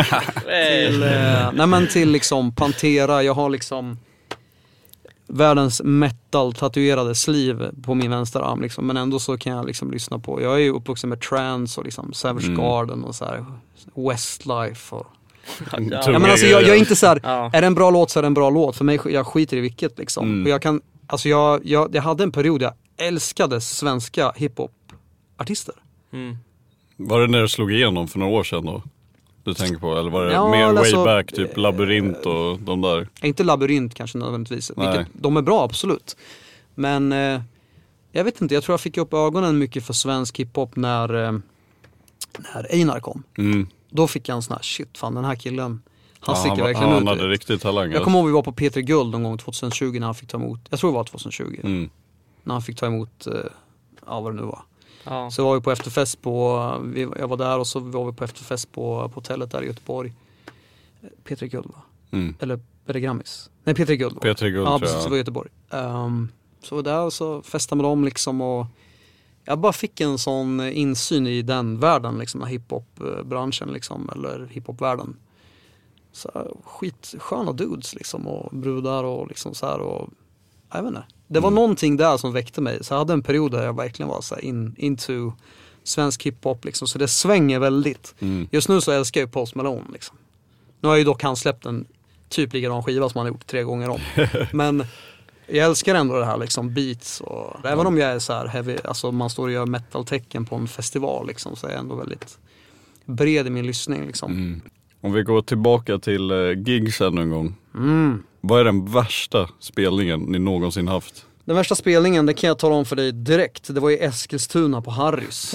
till liksom Pantera. Jag har liksom världens metal tatuerade sleeve på min vänstra arm liksom. Men ändå så kan jag liksom lyssna på. Jag är ju uppvuxen med trance och liksom Savage Garden och så här Westlife och men alltså jag är inte så här, är det en bra låt så är det en bra låt. För mig, jag skiter i vilket liksom. Och jag kan, alltså jag hade en period jag älskade svenska hiphop-artister. Var det när det slog igenom för några år sedan då? Du tänker på? Eller var det mer way back, typ Labyrint och de där? Inte Labyrint kanske nödvändigtvis. De är bra, absolut. Men jag vet inte, jag tror jag fick upp ögonen mycket för svensk hiphop när Einar kom. Då fick jag en sån här, shit fan, den här killen, han sticker verkligen ut. Han hade riktigt talang. Jag kommer ihåg vi var på Peter Guld någon gång 2020 när han fick ta emot, jag tror det var 2020. När han fick ta emot, vad det nu var. Så var vi på efterfest jag var där och så var vi på efterfest på hotellet där i Göteborg. Peter Guld va? Eller är det Grammis? Nej, Peter Guld. Peter Guld, ja, precis, så var i Göteborg. Så var där och så festade med dem liksom, och jag bara fick en sån insyn i den världen liksom, hiphop-branschen liksom, eller hiphop-världen. Så skitsköna dudes liksom, och brudar och liksom så här, och jag vet inte. Det var någonting där som väckte mig. Så jag hade en period där jag verkligen var så här into svensk hiphop liksom. Så det svänger väldigt. Just nu så älskar jag Post Malone liksom. Nu har ju dock han släppt en typ likadan skiva som han har gjort 3 gånger om. Men jag älskar ändå det här liksom, beats och även om jag är så här heavy, alltså man står och gör metal-tecken på en festival liksom, så är jag ändå väldigt bred i min lyssning liksom. Om vi går tillbaka till gigsen en gång. Vad är den värsta spelningen ni någonsin haft? Den värsta spelningen, det kan jag tala om för dig direkt. Det var i Eskilstuna på Harrys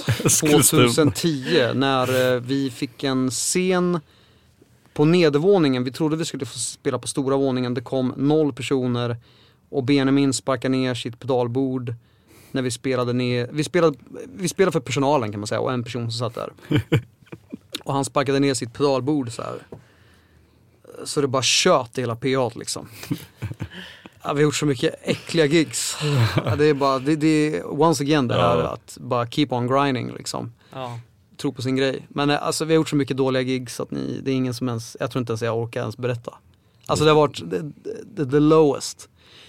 2010 när vi fick en scen på nedervåningen. Vi trodde vi skulle få spela på stora våningen. Det kom 0 personer och Benjamin sparkade ner sitt pedalbord när vi spelade ner. Vi spelade för personalen kan man säga och en person som satt där. Och han sparkade ner sitt pedalbord så här. Så det bara tjöt i hela PA liksom. Ja, vi har gjort så mycket äckliga gigs. Ja, det är bara, det är once again det här att bara keep on grinding liksom. Ja. Tro på sin grej. Men alltså vi har gjort så mycket dåliga gigs att det är ingen som ens, jag tror inte ens jag orkar ens berätta. Alltså det har varit the lowest.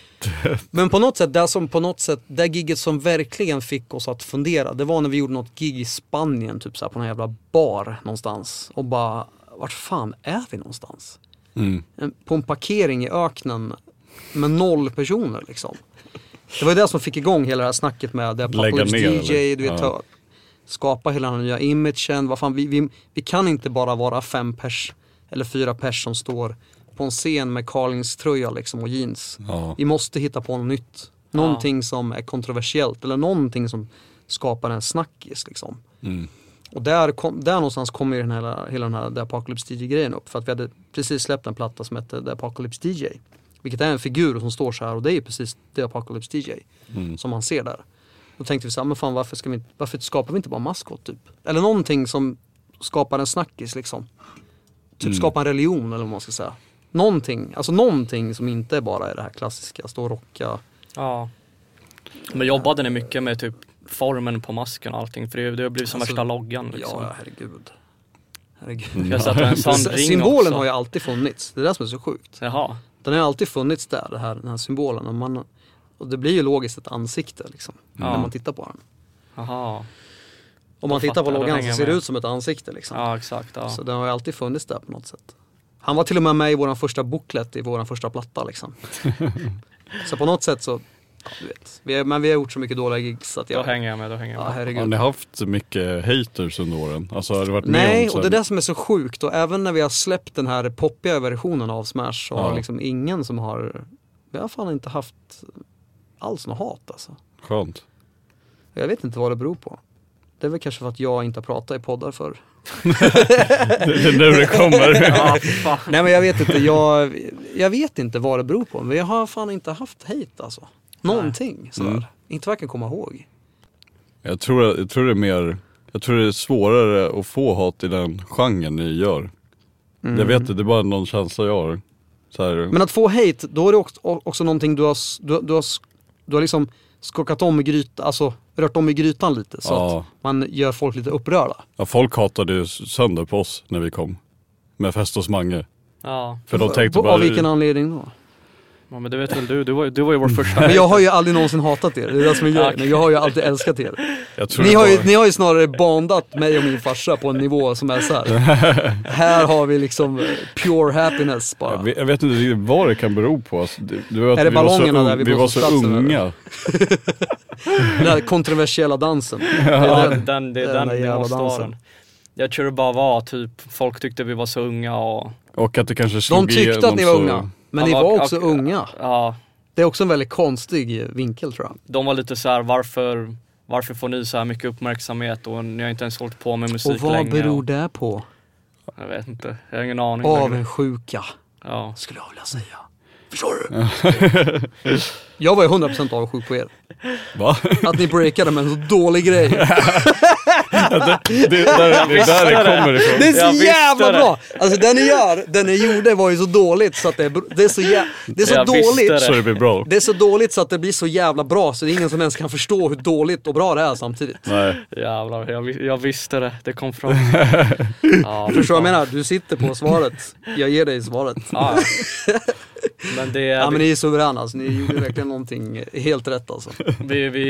Men på något sätt, det gigget som verkligen fick oss att fundera, det var när vi gjorde något gig i Spanien, typ så här på någon jävla bar någonstans. Och bara, vart fan är vi någonstans? På en parkering i öknen med 0 personer liksom. Det var ju det som fick igång hela det här snacket med Apocalypse DJ, du vet, skapa hela den nya imagen. Vad fan, vi kan inte bara vara 5 pers eller 4 pers som står på en scen med Carlings tröja liksom och jeans. Vi måste hitta på något nytt. Någonting som är kontroversiellt eller någonting som skapar en snackis liksom. Och där någonstans kommer hela den här The Apocalypse DJ-grejen upp. För att vi hade precis släppt en platta som heter The Apocalypse DJ. Vilket är en figur som står så här. Och det är precis The Apocalypse DJ som man ser där. Då tänkte vi så här, men fan varför skapar vi inte bara maskot typ? Eller någonting som skapar en snackis liksom. Typ skapa en religion eller vad man ska säga. Någonting som inte bara är det här klassiska. Stå och rocka. Ja. Men jobbade ni mycket med typ formen på masken och allting? För det har blivit som värsta loggan liksom. Ja, herregud. Jag satte en sån ring symbolen också. Har ju alltid funnits. Det är det som är så sjukt. Jaha. Den har alltid funnits där, den här symbolen. Och det blir ju logiskt ett ansikte liksom. När man tittar på den. Jaha. Om man tittar på loggan så ser det ut som ett ansikte liksom. Ja, exakt. Ja. Så den har ju alltid funnits där på något sätt. Han var till och med i vår första booklet i vår första platta liksom. Så på något sätt så, ja, du vet. Vi har gjort så mycket dåliga gigs så att Då hänger jag med. Ja, herregud. Har ni haft mycket haters under åren? Alltså har det varit Nej, och det är det som är så sjukt. Och även när vi har släppt den här poppiga versionen av Smash så har liksom ingen som har... Vi har fan inte haft alls något hat alltså. Skönt. Jag vet inte vad det beror på. Det är väl kanske för att jag inte har pratat i poddar för. Det är nu det kommer. Nej men jag vet inte. Jag vet inte vad det beror på. Men jag har fan inte haft hate alltså. Någonting sådär. Inte vad jag kan komma ihåg. Jag tror det är mer... Jag tror det är svårare att få hat i den genren ni gör. Jag vet inte, det är bara någon känsla jag har. Så här. Men att få hate, då är det också någonting du har liksom skakat om i grytan, alltså rört om i grytan lite så att man gör folk lite upprörda. Ja, folk hatade sönder på oss när vi kom med Fest hos Mange. Ja. För de tänkte bara... Av vilken anledning då? Ja, men det vet väl du var ju vår första. Men jag har ju aldrig någonsin hatat er. Det är det som är grejen. Jag har ju alltid älskat er. Ni har ju snarare bandat mig och min farsa på en nivå som är så här. Här har vi liksom pure happiness bara. Jag vet inte vad det kan bero på. Alltså, är det ballongerna där vi var så unga? Den här kontroversiella dansen. Det är den jävla dansen. Jag tror det bara var typ, folk tyckte vi var så unga och att det kanske slog de tyckte att ni var unga. Men ni var också unga. Ja. Det är också en väldigt konstig vinkel tror jag. De var lite så här, varför får ni så här mycket uppmärksamhet och ni har inte ens hållit på med musik länge. Och vad beror det på? Jag vet inte, jag har ingen aning. Avundsjuka, skulle jag vilja säga. Förstår du? Jag var ju 100% avundsjuk på er. Va? Att ni breakade med en så dålig grej. Det är där det kommer ifrån. Det är så jävla bra. Alltså den ni gjorde var ju så dåligt så att det är så dåligt så det blir bra. Det är så dåligt så att det blir så jävla bra så det är ingen som ens kan förstå hur dåligt och bra det är samtidigt. Nej. Jävlar, jag visste det kom fram. Förstår jag menar, du sitter på svaret. Jag ger dig svaret. Men men ni är suveräna alltså. Ni gjorde verkligen någonting helt rätt alltså. Vi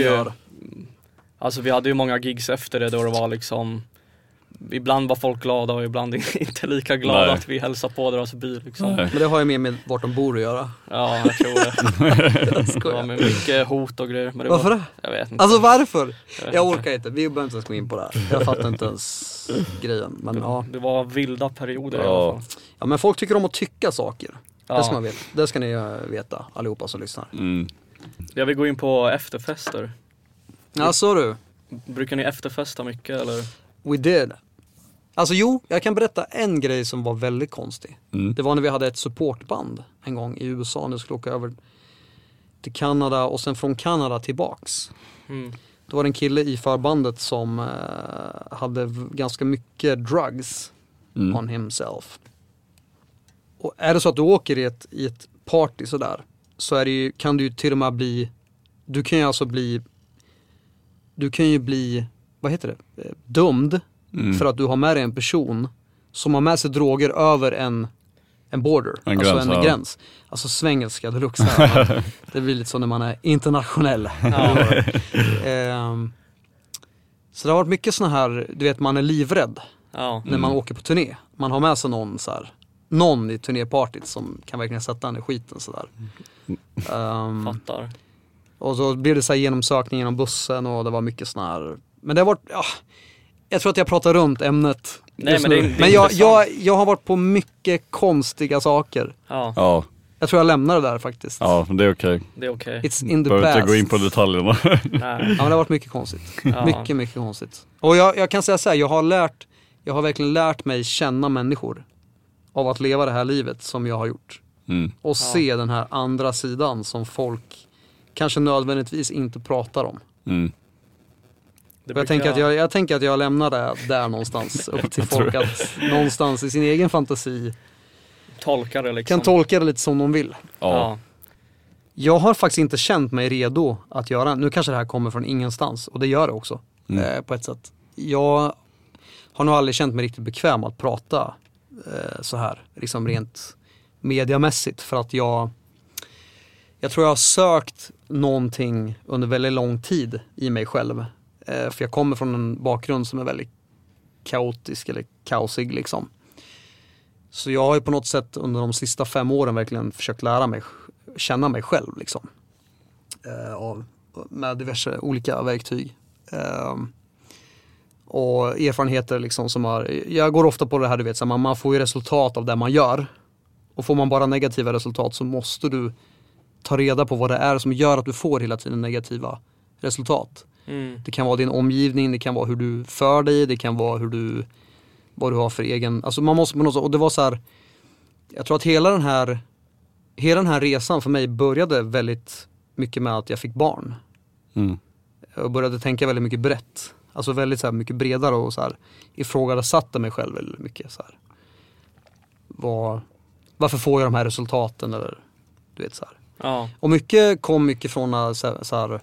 hade ju många gigs efter det då det var liksom, ibland var folk glada och ibland inte lika glada att vi hälsar på deras bil liksom. Men det har ju med vart de bor att göra. Ja, jag tror det. Det var med mycket hot och grejer. Men varför det? Jag vet inte. Alltså varför? Jag orkar inte, vi behöver inte ens gå in på det här. Jag fattar inte ens grejen. Men det var vilda perioder i alla fall. Ja, men folk tycker om att tycka saker. Det ska man veta. Det ska ni veta, allihopa som lyssnar. Jag vill gå in på efterfester. Ja, så du. Brukar ni efterfesta mycket eller? We did. Alltså jag kan berätta en grej som var väldigt konstig. Det var när vi hade ett supportband en gång i USA. När vi skulle åka över till Kanada och sen från Kanada tillbaks. Då var det en kille i förbandet som hade ganska mycket drugs on himself. Och är det så att du åker i ett party sådär, så är det ju, kan du ju till och med bli, du kan ju bli, vad heter det, dömd för att du har med dig en person som har med sig droger över en border, en gräns. Alltså svengelska deluxe här. Det blir lite så när man är internationell. Så det har varit mycket såna här, du vet, man är livrädd när man åker på turné. Man har med sig någon i turnépartyt som kan verkligen sätta en i skiten sådär. Fattar. Och så blev det så här genomsökning genom bussen och det var mycket såna här. Men det har varit, jag tror att jag pratar runt ämnet. Nej, men men jag har varit på mycket konstiga saker. Ja. Jag tror jag lämnar det där faktiskt. Ja, det är okej. Det är okej. It's in the behöver past. inte gå in på detaljerna. Nej. Ja, men det har varit mycket konstigt. Mycket konstigt. Och jag kan säga så här, jag har verkligen lärt mig känna människor av att leva det här livet som jag har gjort. Och se den här andra sidan som folk kanske nödvändigtvis inte pratar om. Jag tänker att jag lämnar det där någonstans upp till folk att någonstans i sin egen fantasi tolka det liksom. Kan tolka det lite som de vill. Ja. Jag har faktiskt inte känt mig redo att göra. Nu kanske det här kommer från ingenstans och det gör det också på ett sätt. Jag har nog aldrig känt mig riktigt bekväm att prata så här liksom rent mediamässigt, för att jag tror jag har sökt någonting under väldigt lång tid i mig själv. För jag kommer från en bakgrund som är väldigt kaotisk eller kaosig liksom. Så jag har ju på något sätt under de sista 5 åren verkligen försökt lära mig känna mig själv liksom. Med diverse olika verktyg. Och erfarenheter liksom som jag går ofta på det här, du vet, så man får ju resultat av det man gör. Och får man bara negativa resultat så måste du ta reda på vad det är som gör att du får hela tiden negativa resultat. Det kan vara din omgivning, det kan vara hur du för dig, det kan vara vad du har för egen, alltså man måste på något sätt, och det var så här, jag tror att hela den här resan för mig började väldigt mycket med att jag fick barn. Jag började tänka väldigt mycket brett, alltså väldigt så här mycket bredare och så här ifrågasatte mig själv väldigt mycket så här. Varför får jag de här resultaten, eller du vet så här. Ja. Och mycket kom från så här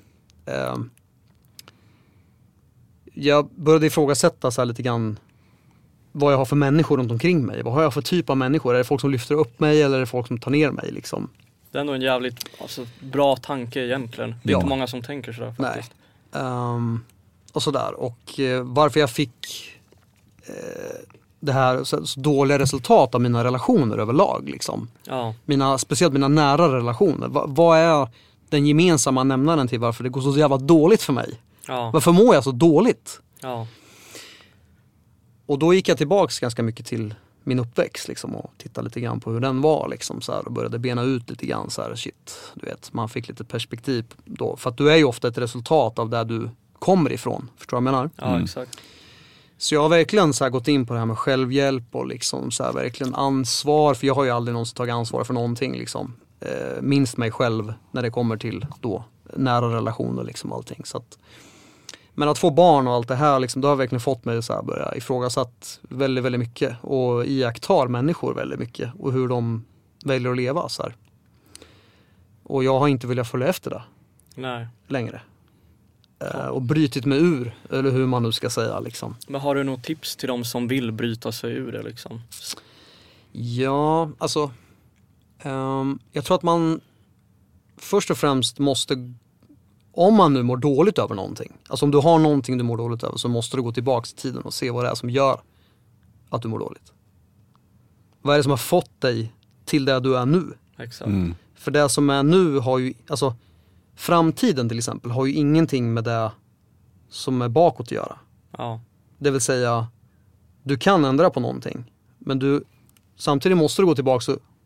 jag började ifrågasätta så här lite grann vad jag har för människor runt omkring mig. Vad har jag för typ av människor? Är det folk som lyfter upp mig eller är det folk som tar ner mig liksom? Det är ändå en jävligt bra tanke egentligen. Det är inte många som tänker sådär faktiskt. Nej. Och sådär. Och varför jag fick det här så dåliga resultat av mina relationer överlag liksom. Ja. Speciellt mina nära relationer. Vad är den gemensamma nämnaren till varför det går så jävla dåligt för mig? Ja. Varför mår jag så dåligt? Ja. Och då gick jag tillbaks ganska mycket till min uppväxt liksom, och tittade lite grann på hur den var liksom, så här, och började bena ut lite grann så här, shit, du vet, man fick lite perspektiv då, för att du är ju ofta ett resultat av där du kommer ifrån, förstår du vad jag menar? Ja, exakt. Så jag har verkligen så här gått in på det här med självhjälp och liksom så här, verkligen ansvar, för jag har ju aldrig någonsin tagit ansvar för någonting liksom, minst mig själv när det kommer till då nära relationer liksom, allting, så att, men att få barn och allt det här liksom, det har verkligen fått mig så här börja ifrågasatt väldigt, väldigt mycket och iakttar människor väldigt mycket och hur de väljer att leva så här. Och jag har inte velat följa efter det. Nej. Längre. Och brytit mig ur, eller hur man nu ska säga liksom. Men har du något tips till de som vill bryta sig ur det liksom? Ja, alltså jag tror att man först och främst måste, om man nu mår dåligt över någonting, alltså om du har någonting du mår dåligt över, så måste du gå tillbaka i tiden och se vad det är som gör att du mår dåligt. Vad är det som har fått dig till det du är nu? Exakt. För det som är nu har ju, alltså framtiden till exempel har ju ingenting med det som är bakåt att göra. Ja. Det vill säga, du kan ändra på någonting, men samtidigt måste du gå tillbaka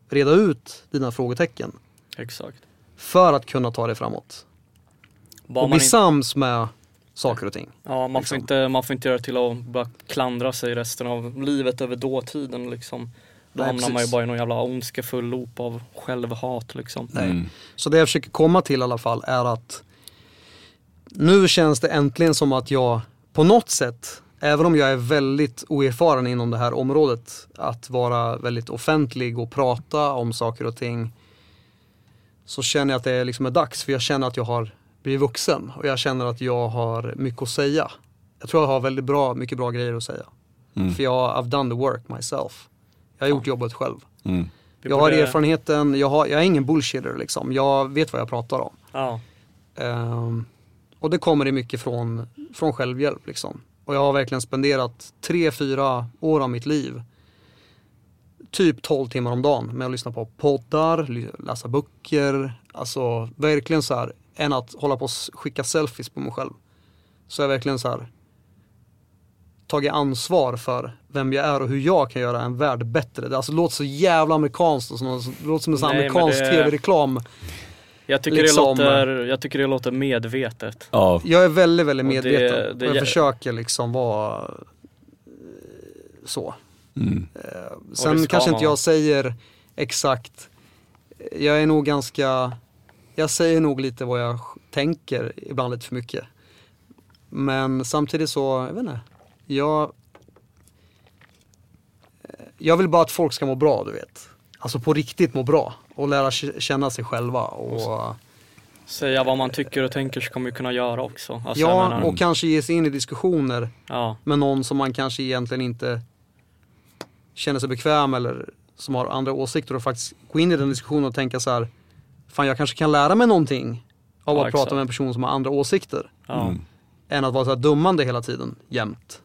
reda ut dina frågetecken. Exakt. För att kunna ta det framåt. Och bli sams med saker och ting. Ja, man får inte göra till att bara klandra sig resten av livet över dåtiden liksom. Då hamnar man ju bara i någon jävla ondskefull loop av självhat liksom. Nej. Så det jag försöker komma till i alla fall är att nu känns det äntligen som att jag på något sätt, även om jag är väldigt oerfaren inom det här området, att vara väldigt offentlig och prata om saker och ting, så känner jag att det liksom är dags. För jag känner att jag har blivit vuxen och jag känner att jag har mycket att säga. Jag tror jag har väldigt mycket bra grejer att säga. För I've done the work myself. Jag har gjort jobbet själv. Jag har erfarenheten, jag är ingen bullshitter liksom. Jag vet vad jag pratar om. Ja. Och det kommer det mycket från självhjälp liksom. Och jag har verkligen spenderat 3-4 år av mitt liv, typ 12 timmar om dagen, med att lyssna på poddar, läsa böcker. Alltså verkligen så här, än att hålla på och skicka selfies på mig själv. Så jag verkligen så här tagit ansvar för vem jag är och hur jag kan göra en värld bättre. Det alltså låter så jävla amerikanskt och det låter som en sån amerikansk tv-reklam. Jag tycker, liksom, jag tycker det låter medvetet. Ja. Jag är väldigt, väldigt medveten. Och jag försöker liksom vara så. Sen kanske inte jag säger exakt. Jag är nog ganska... Jag säger nog lite vad jag tänker, ibland lite för mycket. Men samtidigt så, jag vet inte. Jag vill bara att folk ska må bra, du vet. Alltså på riktigt må bra. Och lära känna sig själva. Och säga vad man tycker och tänker ska man ju kunna göra också. Alltså, ja, och kanske ge sig in i diskussioner med någon som man kanske egentligen inte känner sig bekväm eller som har andra åsikter, och faktiskt gå in i den diskussionen och tänka så här: fan, jag kanske kan lära mig någonting av att prata med en person som har andra åsikter. Än att vara så här dummande hela tiden, jämt.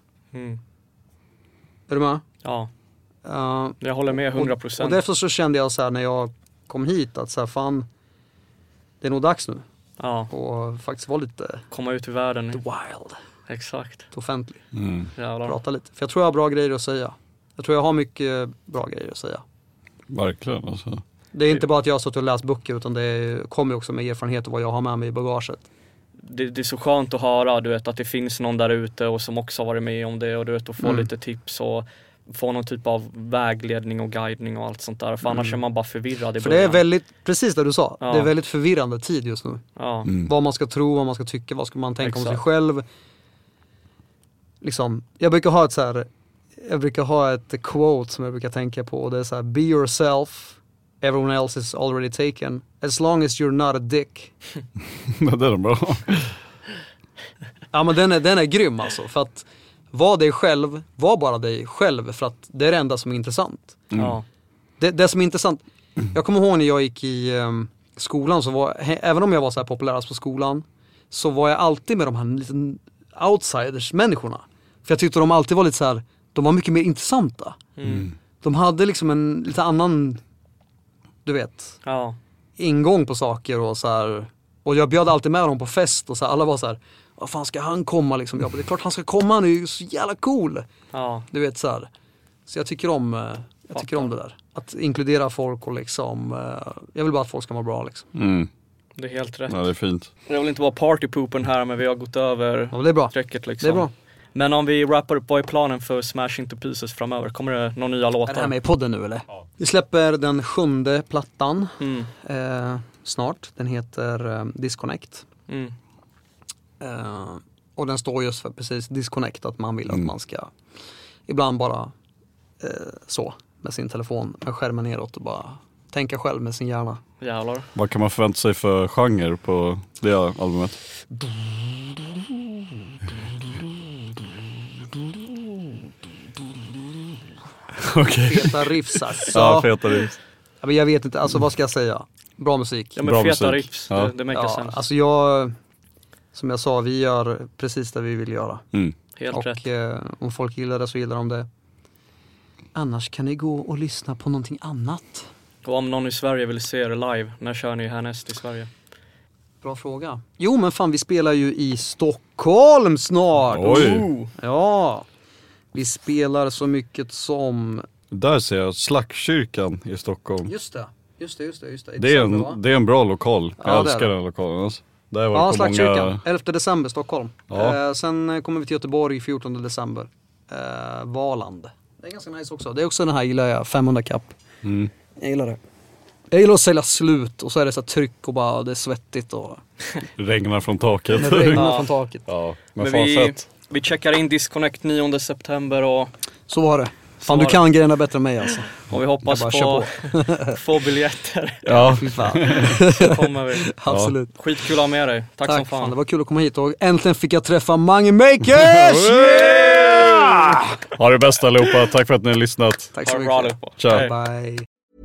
Är du med? Ja. Jag håller med 100%. Och därför så kände jag så här när jag kom hit att så här, fan, det är nog dags nu. Ja. Och faktiskt vara lite... komma ut i världen. The wild. Exakt. Offentlig. Prata lite. För jag tror jag har bra grejer att säga. Jag tror jag har mycket bra grejer att säga. Verkligen alltså. Det är inte bara att jag har suttit och läst böcker, utan det kommer också med erfarenhet och vad jag har med mig i bagaget. Det är så skönt att höra, du vet, att det finns någon där ute och som också har varit med om det, och du vet, att få lite tips och få någon typ av vägledning och guidning och allt sånt där. För annars är man bara förvirrad i för början. det är väldigt, precis det du sa, det är väldigt förvirrande tid just nu. Vad man ska tro, vad man ska tycka, vad ska man tänka om sig själv. Liksom, jag brukar ha ett quote som jag brukar tänka på, och det är så här: be yourself, everyone else is already taken, as long as you're not a dick. Det är bra. Ja, men den är grym alltså, för att var dig själv, var bara dig själv, för att det är det enda som är intressant. Det som är intressant, jag kommer ihåg när jag gick i skolan, så var, även om jag var så här populärast på skolan, så var jag alltid med de här liten outsiders-människorna. För jag tyckte de alltid var lite så här, de var mycket mer intressanta. De hade liksom en lite annan, du vet, ingång på saker och så här. Och jag bjöd alltid med dem på fest och så här, alla var så här: vad fan ska han komma liksom? Det är klart han ska komma, han är ju så jävla cool. Du vet så här. Så jag tycker om det där. Att inkludera folk och liksom, jag vill bara att folk ska må bra liksom. Det är helt rätt. Ja, det är fint. Jag vill inte vara partypoopen här, men vi har gått över det är bra. Sträcket liksom. Det är bra. Men om vi wrappar upp, vad är planen för Smash Into Pieces framöver? Kommer det några nya låtar? Är det här med i podden nu eller? Ja. Vi släpper den 7:e plattan snart. Den heter Disconnect. Och den står just för precis disconnect, att man vill att man ska ibland bara så med sin telefon med skärmen neråt och bara tänka själv med sin hjärna. Jävlar. Vad kan man förvänta sig för genre på det albumet? Feta riffs alltså. Ja, feta riffs. Ja, men jag vet inte, alltså vad ska jag säga? Bra musik. Ja, men bra feta musik. Riffs, det makes sense. Alltså som jag sa, vi gör precis det vi vill göra. Helt rätt. Om folk gillar det så gillar de det. Annars kan ni gå och lyssna på någonting annat. Och om någon i Sverige vill se er live, när kör ni härnäst i Sverige? Bra fråga. Jo, men fan, vi spelar ju i Stockholm snart. Oj. Ja. Vi spelar så mycket som Där ser jag Slagkyrkan i Stockholm. Just det. Det är en bra lokal. Jag älskar den lokalen alltså. Slagkyrkan, 11 december Stockholm. Sen kommer vi till Göteborg 14 december. Valand. Det är ganska nice också. Det är också den här, gillar jag, 500 kapp. Jag gillar det. Jag gillar att sälja slut och så är det så tryck och bara det är svettigt och regnar från taket. Från taket. Ja, men vi checkar in Disconnect 9 september och så var det. Fan, du kan grejerna bättre än mig alltså. Och vi hoppas på få biljetter. Ja, fy fan. Så kommer vi. Absolut. Skitkul att ha med dig. Tack som fan. Det var kul att komma hit och äntligen fick jag träffa Mange Makers! Yeah! Ha det bästa allihopa. Tack för att ni har lyssnat. Tack så mycket. Ciao. Bye.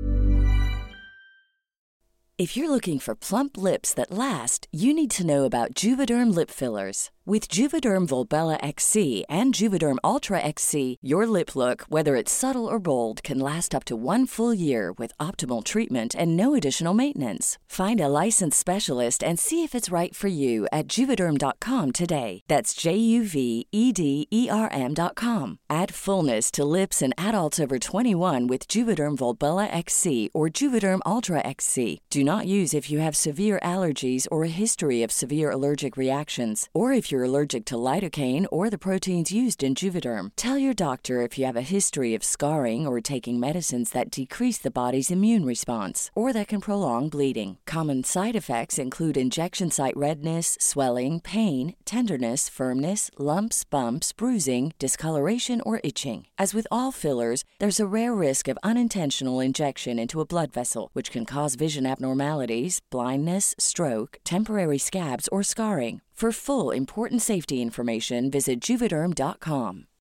If you're looking for plump lips that last, you need to know about Juvederm lip fillers. With Juvederm Volbella XC and Juvederm Ultra XC, your lip look, whether it's subtle or bold, can last up to 1 full year with optimal treatment and no additional maintenance. Find a licensed specialist and see if it's right for you at Juvederm.com today. That's JUVEDERM.com. Add fullness to lips in adults over 21 with Juvederm Volbella XC or Juvederm Ultra XC. Do not use if you have severe allergies or a history of severe allergic reactions, or if you're allergic to lidocaine or the proteins used in Juvederm. Tell your doctor if you have a history of scarring or taking medicines that decrease the body's immune response or that can prolong bleeding. Common side effects include injection site redness, swelling, pain, tenderness, firmness, lumps, bumps, bruising, discoloration, or itching. As with all fillers, there's a rare risk of unintentional injection into a blood vessel, which can cause vision abnormalities, blindness, stroke, temporary scabs, or scarring. For full, important safety information, visit Juvederm.com.